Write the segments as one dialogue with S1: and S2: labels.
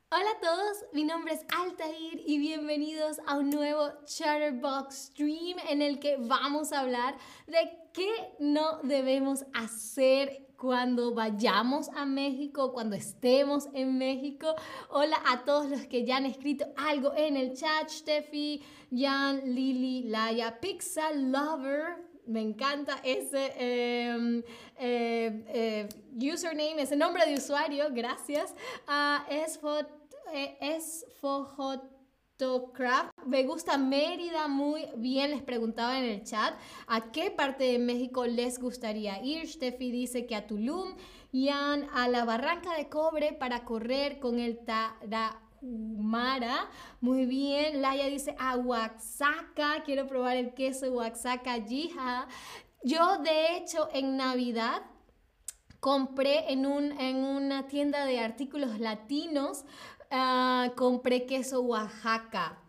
S1: Hola a todos, mi nombre es Altair y bienvenidos a un nuevo Chatterbox Stream en el que vamos a hablar de qué no debemos hacer cuando vayamos a México, cuando estemos en México. Hola a todos los que ya han escrito algo en el chat: Steffi, Jan, Lili, Laia, Pixel Lover. Me encanta ese username, ese nombre de usuario, gracias. Es Fojotocraft. Me gusta Mérida, muy bien. Les preguntaba en el chat a qué parte de México les gustaría ir. Steffi dice que a Tulum. Ian, a la Barranca de Cobre para correr con el Tarahumara. Muy bien. Laia dice a Oaxaca. Quiero probar el queso Oaxaca Yija. Yo, de hecho, en Navidad compré en una tienda de artículos latinos, compré queso Oaxaca.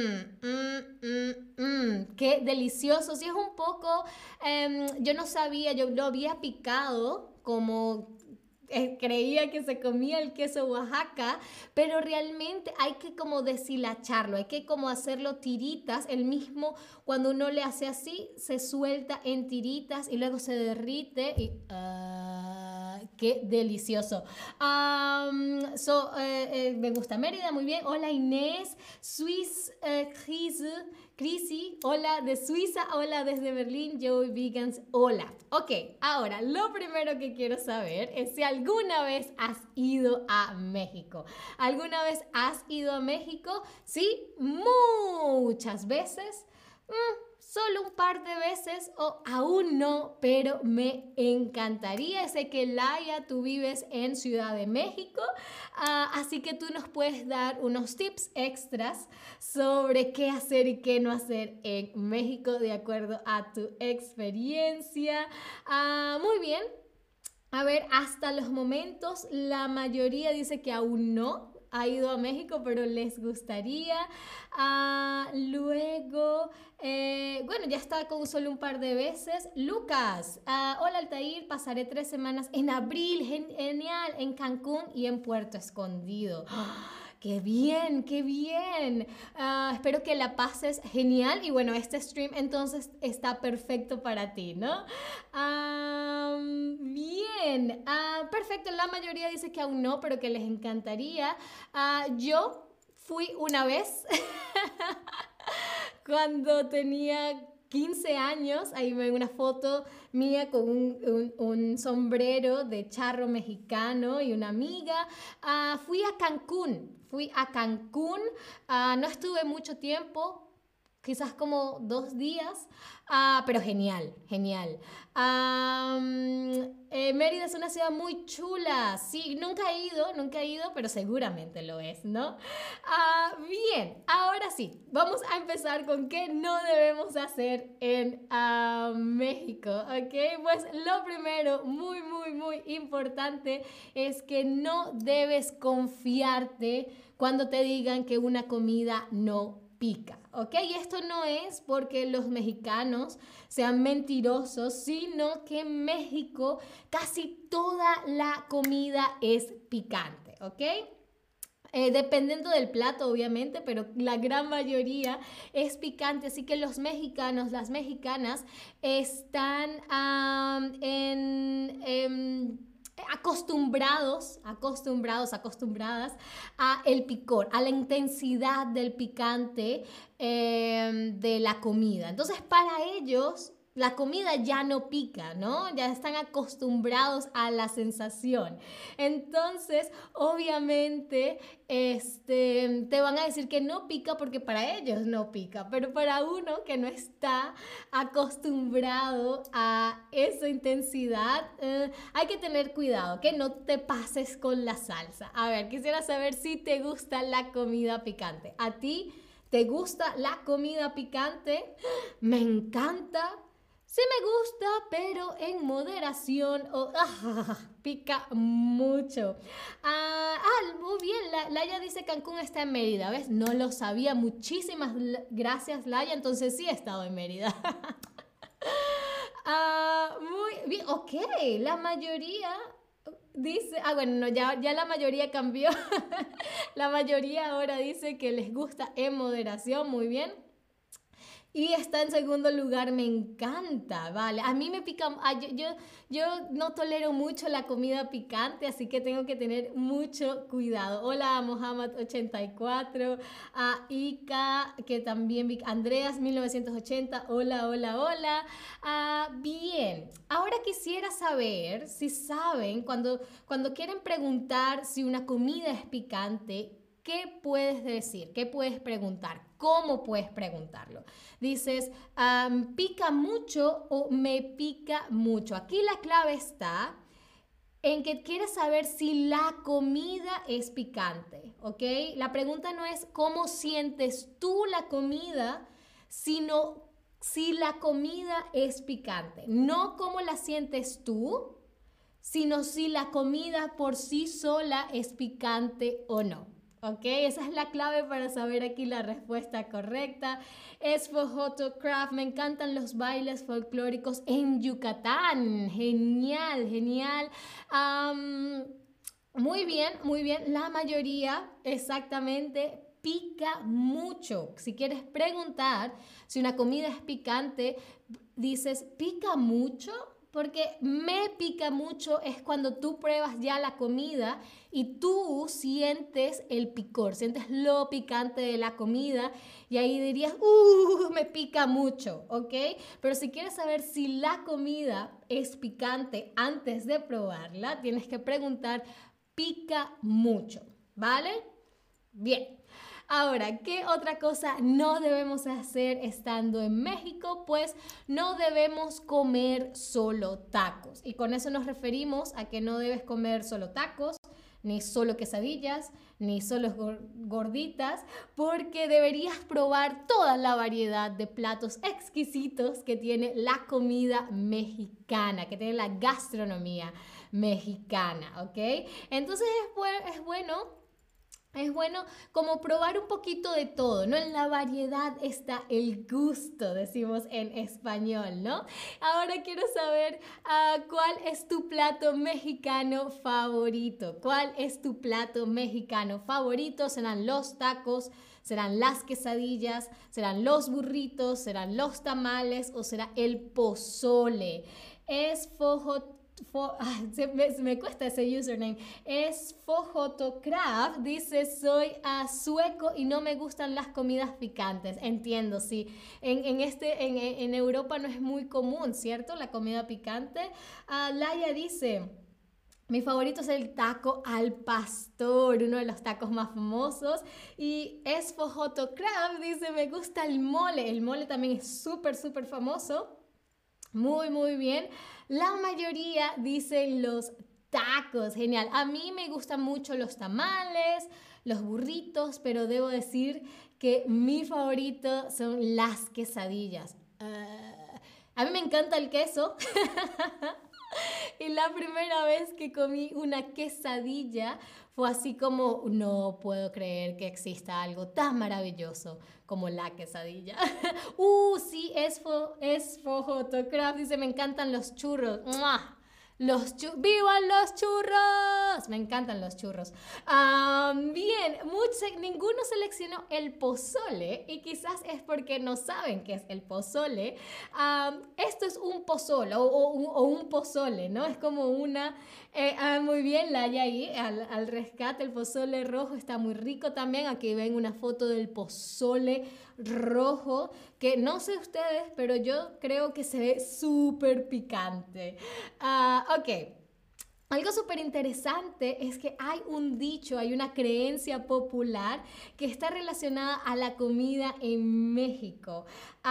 S1: Qué delicioso. Sí, es un poco, yo no sabía, yo lo había picado como creía que se comía el queso Oaxaca, pero realmente hay que como deshilacharlo, hay que como hacerlo tiritas, el mismo cuando uno le hace así, se suelta en tiritas y luego se derrite y qué delicioso. Me gusta Mérida, muy bien. Hola Inés, Swiss Crisi, hola de Suiza, hola desde Berlín, Joey Vegans, hola. Ok, ahora lo primero que quiero saber es si alguna vez has ido a México. ¿Alguna vez has ido a México? Sí, muchas veces. Solo un par de veces o aún no, pero me encantaría. Sé que Laia, tú vives en Ciudad de México, así que tú nos puedes dar unos tips extras sobre qué hacer y qué no hacer en México de acuerdo a tu experiencia. Muy bien. A ver, hasta los momentos la mayoría dice que aún no ha ido a México, pero les gustaría. Luego, bueno, ya está con solo un par de veces. Lucas, hola Altair, pasaré 3 semanas en abril, genial, en Cancún y en Puerto Escondido. ¡Qué bien, qué bien! Espero que la pases genial y bueno, este stream entonces está perfecto para ti, ¿no? Bien, perfecto, la mayoría dice que aún no, pero que les encantaría. Yo fui una vez cuando tenía 15 años, ahí ven una foto mía con un sombrero de charro mexicano y una amiga. Fui a Cancún, no estuve mucho tiempo, quizás como 2 días, pero genial, genial. Mérida es una ciudad muy chula, sí, nunca he ido, pero seguramente lo es, ¿no? Bien, ahora sí, vamos a empezar con qué no debemos hacer en México, ¿ok? Pues lo primero, muy, muy, muy importante, es que no debes confiarte cuando te digan que una comida no pica, ¿ok? Y esto no es porque los mexicanos sean mentirosos, sino que en México casi toda la comida es picante, ¿ok? Dependiendo del plato, obviamente, pero la gran mayoría es picante. Así que los mexicanos, las mexicanas, están acostumbradas a el picor, a la intensidad del picante de la comida. Entonces, para ellos la comida ya no pica, ¿no? Ya están acostumbrados a la sensación. Entonces, obviamente, te van a decir que no pica porque para ellos no pica, pero para uno que no está acostumbrado a esa intensidad, hay que tener cuidado, que no te pases con la salsa. A ver, quisiera saber si te gusta la comida picante. ¿A ti te gusta la comida picante? Me encanta. Sí me gusta, pero en moderación. Pica mucho. Muy bien. Laia dice Cancún está en Mérida. ¿Ves? No lo sabía. Muchísimas gracias, Laia. Entonces sí he estado en Mérida. Muy bien. Ok, la mayoría. dice, bueno, no, ya la mayoría cambió. La mayoría ahora dice que les gusta en moderación, muy bien. Y está en segundo lugar, me encanta, ¿vale? A mí me pica, yo no tolero mucho la comida picante, así que tengo que tener mucho cuidado. Hola a Mohamed84, a Ika, que también vi, Andreas 1980, hola, hola, hola. Bien, ahora quisiera saber si saben, cuando quieren preguntar si una comida es picante, ¿qué puedes decir? ¿Qué puedes preguntar? ¿Cómo puedes preguntarlo? Dices, ¿pica mucho o me pica mucho? Aquí la clave está en que quieres saber si la comida es picante, ¿ok? La pregunta no es cómo sientes tú la comida, sino si la comida es picante. No cómo la sientes tú, sino si la comida por sí sola es picante o no. ¿Ok? Esa es la clave para saber aquí la respuesta correcta. Es Photocraft. Me encantan los bailes folclóricos en Yucatán. Genial, genial. Muy bien, muy bien. La mayoría exactamente pica mucho. Si quieres preguntar si una comida es picante, dices, ¿pica mucho? Porque me pica mucho es cuando tú pruebas ya la comida y tú sientes el picor, sientes lo picante de la comida y ahí dirías, me pica mucho, ¿ok? Pero si quieres saber si la comida es picante antes de probarla, tienes que preguntar, pica mucho, ¿vale? Bien. Ahora, ¿qué otra cosa no debemos hacer estando en México? Pues no debemos comer solo tacos. Y con eso nos referimos a que no debes comer solo tacos, ni solo quesadillas, ni solo gorditas, porque deberías probar toda la variedad de platos exquisitos que tiene la comida mexicana, que tiene la gastronomía mexicana, ¿ok? Entonces es bueno como probar un poquito de todo, ¿no? En la variedad está el gusto, decimos en español, ¿no? Ahora quiero saber cuál es tu plato mexicano favorito. ¿Cuál es tu plato mexicano favorito? ¿Serán los tacos? ¿Serán las quesadillas? ¿Serán los burritos? ¿Serán los tamales? ¿O será el pozole? Es se me cuesta ese username. Es Fojotocraft. Dice, soy sueco y no me gustan las comidas picantes. Entiendo, sí. En Europa no es muy común, ¿cierto? La comida picante. Laia dice... Mi favorito es el taco al pastor, uno de los tacos más famosos. Y es Fojotocraft, dice, me gusta el mole. El mole también es súper, súper famoso. Muy, muy bien. La mayoría dicen los tacos. Genial. A mí me gustan mucho los tamales, los burritos, pero debo decir que mi favorito son las quesadillas. A mí me encanta el queso. Y la primera vez que comí una quesadilla fue así como, no puedo creer que exista algo tan maravilloso como la quesadilla. Sí, es Photocraft, dice, me encantan los churros. ¡Mua! ¡Vivan los churros! Me encantan los churros. Bien, ninguno seleccionó el pozole y quizás es porque no saben qué es el pozole. Esto es un pozole o un pozole, ¿no? Es como una... muy bien, la hay ahí al rescate. El pozole rojo está muy rico también. Aquí ven una foto del pozole rojo que no sé ustedes, pero yo creo que se ve súper picante. Ok. Algo súper interesante es que hay un dicho, hay una creencia popular que está relacionada a la comida en México.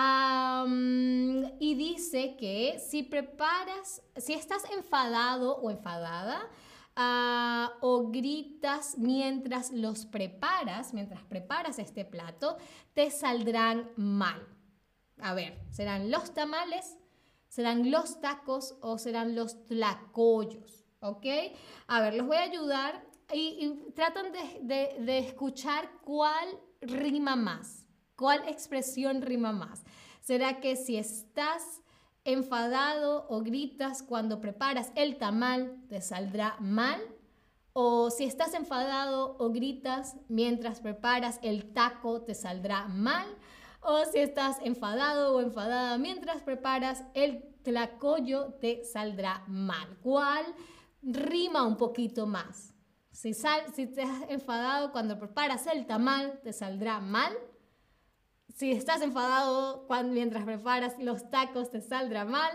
S1: Y dice que si estás enfadado o enfadada, o gritas mientras preparas este plato, te saldrán mal. A ver, ¿serán los tamales? ¿Serán los tacos o serán los tlacoyos? ¿Ok? A ver, los voy a ayudar y tratan de escuchar cuál rima más, cuál expresión rima más. ¿Será que si estás enfadado o gritas cuando preparas el tamal, te saldrá mal. O si estás enfadado o gritas mientras preparas el taco, te saldrá mal. O si estás enfadado o enfadada mientras preparas el tlacoyo, te saldrá mal. ¿Cuál rima un poquito más? Si estás enfadado cuando preparas el tamal, te saldrá mal. Si estás enfadado mientras preparas los tacos, te saldrá mal.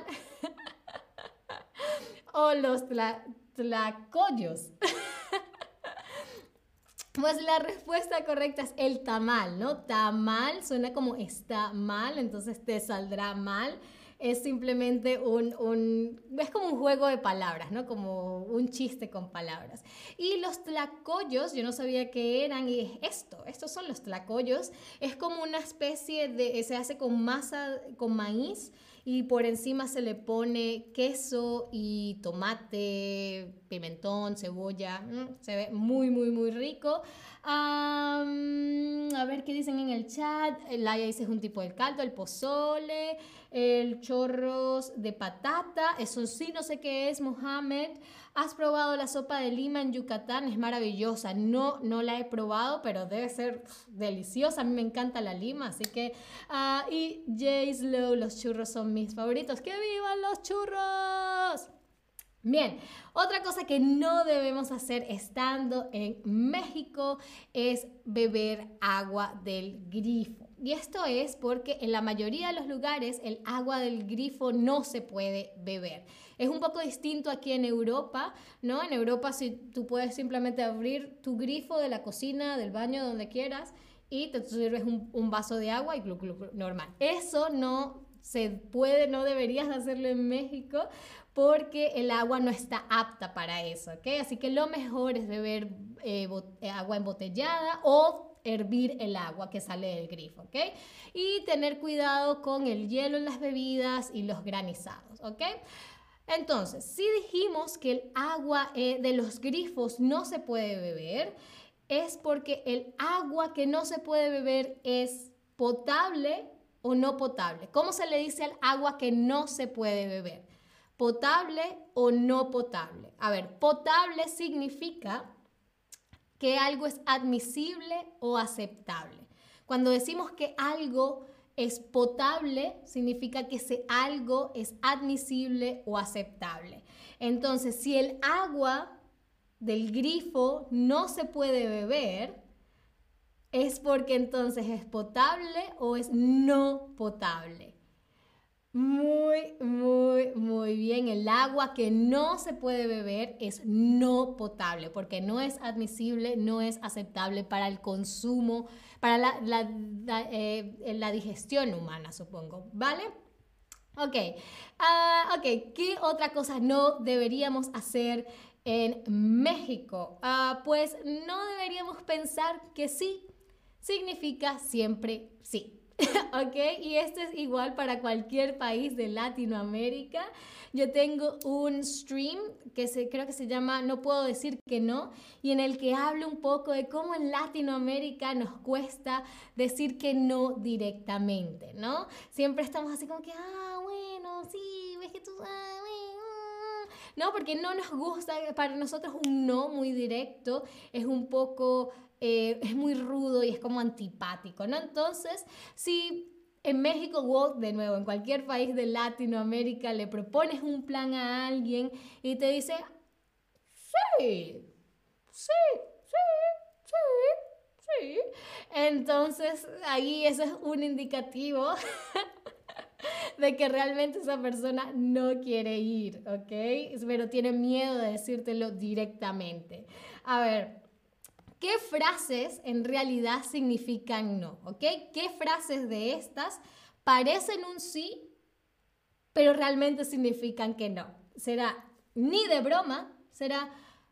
S1: O los tlacoyos. Pues la respuesta correcta es el tamal, ¿no? Tamal suena como está mal, entonces te saldrá mal. Es simplemente es como un juego de palabras, ¿no? Como un chiste con palabras. Y los tlacoyos, yo no sabía qué eran, y es estos son los tlacoyos. Es como una especie se hace con masa, con maíz, y por encima se le pone queso y tomate, pimentón, cebolla. Se ve muy, muy, muy rico. A ver qué dicen en el chat. Laia dice es un tipo de caldo, el pozole, el chorros de patata. Eso sí, no sé qué es, Mohamed. ¿Has probado la sopa de lima en Yucatán? Es maravillosa. No la he probado, pero debe ser deliciosa. A mí me encanta la lima, así que... y Jay Slow, los churros son mis favoritos. ¡Que vivan los churros! Bien, otra cosa que no debemos hacer estando en México es beber agua del grifo. Y esto es porque en la mayoría de los lugares el agua del grifo no se puede beber. Es un poco distinto aquí en Europa, ¿no? En Europa tú puedes simplemente abrir tu grifo de la cocina, del baño, donde quieras, y te sirves un vaso de agua y glu, glu, glu, normal. Eso no se puede, no deberías hacerlo en México porque el agua no está apta para eso, ¿ok? Así que lo mejor es beber agua embotellada o hervir el agua que sale del grifo, ¿ok? Y tener cuidado con el hielo en las bebidas y los granizados, ¿ok? Entonces, si dijimos que el agua de los grifos no se puede beber, es porque el agua que no se puede beber es potable o no potable. ¿Cómo se le dice al agua que no se puede beber? ¿Potable o no potable? A ver, potable significa que algo es admisible o aceptable. Cuando decimos que algo es potable, significa que ese algo es admisible o aceptable. Entonces, si el agua del grifo no se puede beber, es porque entonces es potable o es no potable. Muy, muy, muy bien. El agua que no se puede beber es no potable porque no es admisible, no es aceptable para el consumo, para la digestión humana, supongo. ¿Vale? Ok. ¿Qué otra cosa no deberíamos hacer en México? Pues no deberíamos pensar que sí significa siempre sí. ¿Ok? Y esto es igual para cualquier país de Latinoamérica. Yo tengo un stream creo que se llama No puedo decir que no, y en el que hablo un poco de cómo en Latinoamérica nos cuesta decir que no directamente, ¿no? Siempre estamos así como que, bueno, sí, ves que tú, bueno. No, porque no nos gusta, para nosotros un no muy directo es un poco... es muy rudo y es como antipático, ¿no? Entonces, si en México o de nuevo en cualquier país de Latinoamérica le propones un plan a alguien y te dice, sí, sí, sí, sí, sí, entonces ahí eso es un indicativo de que realmente esa persona no quiere ir, ¿ok? Pero tiene miedo de decírtelo directamente. A ver, ¿qué frases en realidad significan no? ¿Ok? ¿Qué frases de estas parecen un sí, pero realmente significan que no? ¿Será ni de broma? ¿Será,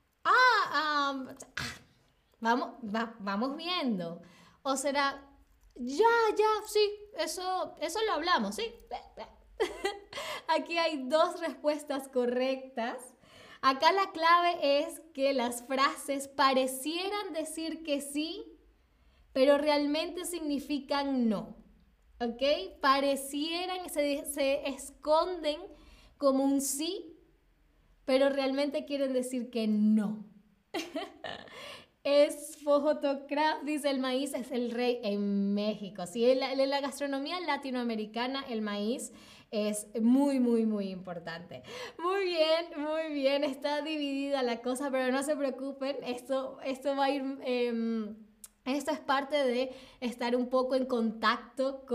S1: vamos viendo? ¿O será, ya, sí, eso lo hablamos, sí? Aquí hay dos respuestas correctas. Acá la clave es que las frases parecieran decir que sí, pero realmente significan no. ¿ok? Parecieran, se esconden como un sí, pero realmente quieren decir que no. Es Fojotocraft, dice el maíz es el rey en México. Sí, en la gastronomía latinoamericana el maíz es muy, muy, muy importante. Muy bien, está dividida la cosa, pero no se preocupen, esto va a ir... esto es parte de estar un poco en contacto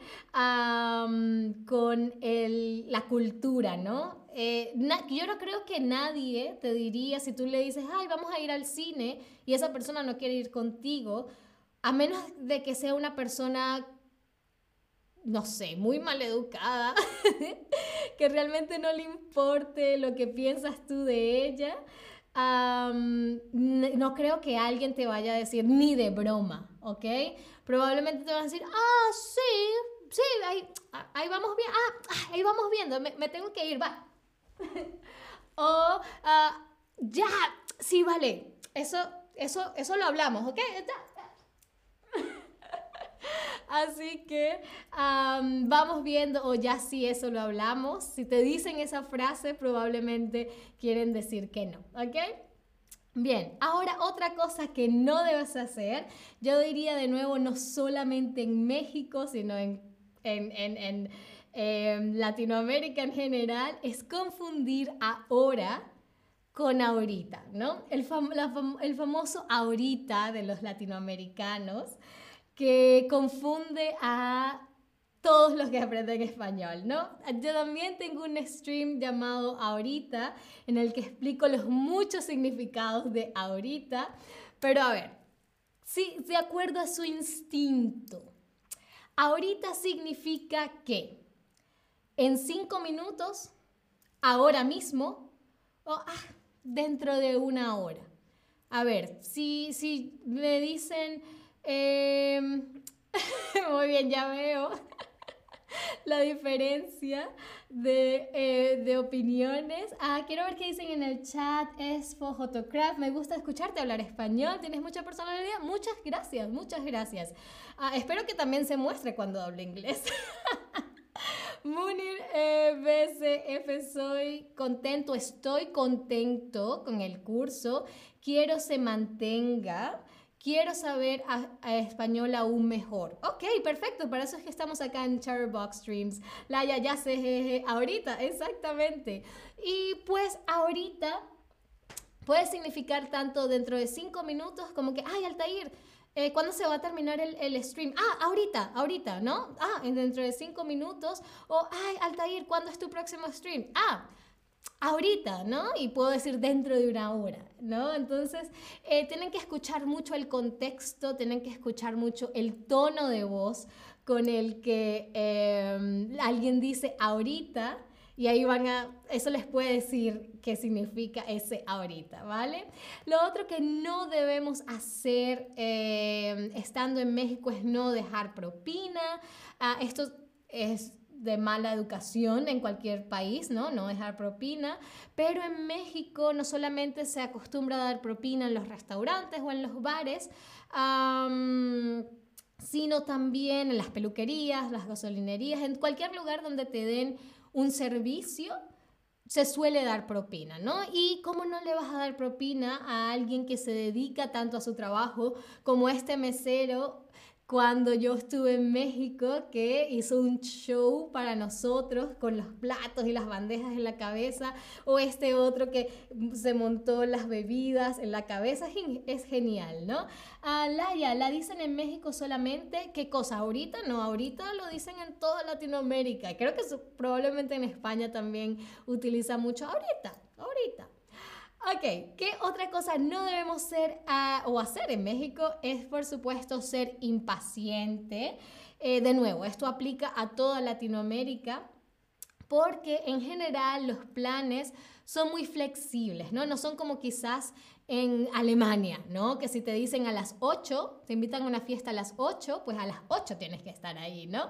S1: con la cultura, ¿no? Yo no creo que nadie te diría, si tú le dices, ay, vamos a ir al cine, y esa persona no quiere ir contigo, a menos de que sea una persona, no sé, muy mal educada, que realmente no le importe lo que piensas tú de ella. No creo que alguien te vaya a decir ni de broma, ¿ok? Probablemente te van a decir, sí, ahí vamos bien, ahí vamos viendo, me tengo que ir, va. O, ya, sí, vale, eso lo hablamos, ¿ok? Así que vamos viendo, o ya sí, eso lo hablamos. Si te dicen esa frase, probablemente quieren decir que no, ¿ok? Bien, ahora otra cosa que no debes hacer, yo diría de nuevo, no solamente en México, sino en Latinoamérica en general, es confundir ahora con ahorita, ¿no? El famoso ahorita de los latinoamericanos que confunde a todos los que aprenden español, ¿no? Yo también tengo un stream llamado Ahorita, en el que explico los muchos significados de ahorita, pero a ver, sí, de acuerdo a su instinto. Ahorita significa que en 5 minutos, ahora mismo, o dentro de una hora. A ver, si me dicen, muy bien, ya veo la diferencia de opiniones. Quiero ver qué dicen en el chat. Es Fojotocraft. Me gusta escucharte hablar español. Tienes mucha personalidad. Muchas gracias, muchas gracias. Espero que también se muestre cuando hable inglés. Munir BCF, estoy contento con el curso, quiero se mantenga, quiero saber a español aún mejor. Ok, perfecto, para eso es que estamos acá en Chatterbox Streams. Laia, ya sé, jeje, ahorita, exactamente. Y pues ahorita puede significar tanto dentro de 5 minutos como que, ay, Altair, ¿cuándo se va a terminar el stream? Ahorita, ¿no? Dentro de 5 minutos. O, ay, Altair, ¿cuándo es tu próximo stream? Ahorita, ¿no? Y puedo decir dentro de una hora, ¿no? Entonces, tienen que escuchar mucho el contexto, tienen que escuchar mucho el tono de voz con el que alguien dice ahorita. Y ahí eso les puede decir qué significa ese ahorita, ¿vale? Lo otro que no debemos hacer estando en México es no dejar propina. Esto es de mala educación en cualquier país, ¿no? No dejar propina. Pero en México no solamente se acostumbra a dar propina en los restaurantes o en los bares, sino también en las peluquerías, las gasolinerías, en cualquier lugar donde te den un servicio, se suele dar propina, ¿no? Y cómo no le vas a dar propina a alguien que se dedica tanto a su trabajo como este mesero cuando yo estuve en México, que hizo un show para nosotros con los platos y las bandejas en la cabeza, o este otro que se montó las bebidas en la cabeza, es genial, ¿no? Laia, la dicen en México solamente, ¿qué cosa? ¿Ahorita? No, ahorita lo dicen en toda Latinoamérica. Creo que probablemente en España también utiliza mucho ahorita. Ok, ¿qué otra cosa no debemos ser o hacer en México? Es, por supuesto, ser impaciente. De nuevo, esto aplica a toda Latinoamérica porque en general los planes son muy flexibles, ¿no? No son como quizás en Alemania, ¿no? Que si te dicen a las 8, te invitan a una fiesta a las 8, pues a las 8 tienes que estar ahí, ¿no?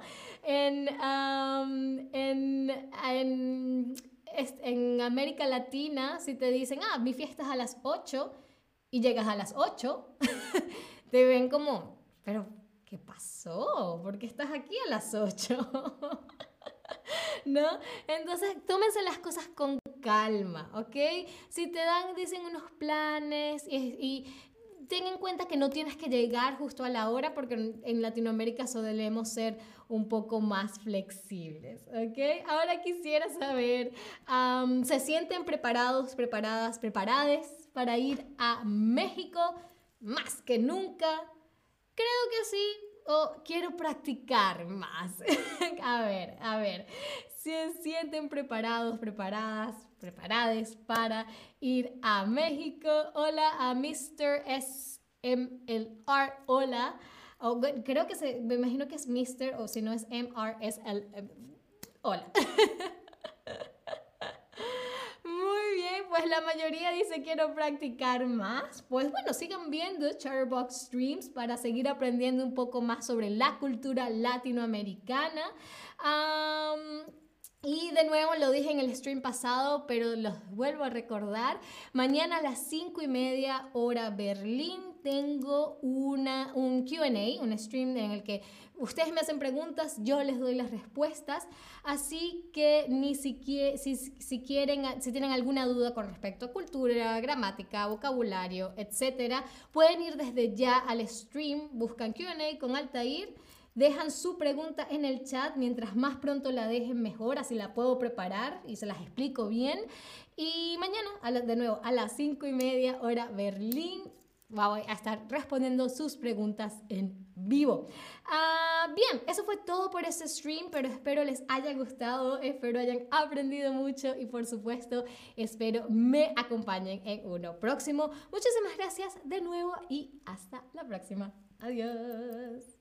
S1: En América Latina, si te dicen, mi fiesta es a las 8 y llegas a las 8, te ven como, pero ¿qué pasó? ¿Por qué estás aquí a las 8? ¿No? Entonces, tómense las cosas con calma, ¿ok? Si te dicen unos planes y ten en cuenta que no tienes que llegar justo a la hora porque en Latinoamérica solemos ser un poco más flexibles, ¿ok? Ahora quisiera saber, ¿se sienten preparados, preparades para ir a México más que nunca? Creo que sí, o quiero practicar más. A ver, se sienten preparados, preparades para ir a México. Hola a Mr. SMLR, hola. Creo que me imagino que es Mr. o si no es MRSL. Hola. Muy bien, pues la mayoría dice quiero practicar más. Pues bueno, sigan viendo Chatterbox Streams para seguir aprendiendo un poco más sobre la cultura latinoamericana. Y de nuevo lo dije en el stream pasado, pero los vuelvo a recordar. Mañana a las 5:30 hora Berlín tengo un Q&A, un stream en el que ustedes me hacen preguntas, yo les doy las respuestas. Así que si tienen alguna duda con respecto a cultura, gramática, vocabulario, etcétera, pueden ir desde ya al stream, buscan Q&A con Altair. Dejan su pregunta en el chat, mientras más pronto la dejen mejor, así la puedo preparar y se las explico bien. Y mañana, de nuevo, a las 5:30 hora Berlín, voy a estar respondiendo sus preguntas en vivo. Bien, eso fue todo por este stream, pero espero les haya gustado, espero hayan aprendido mucho y por supuesto espero me acompañen en uno próximo. Muchísimas gracias de nuevo y hasta la próxima. Adiós.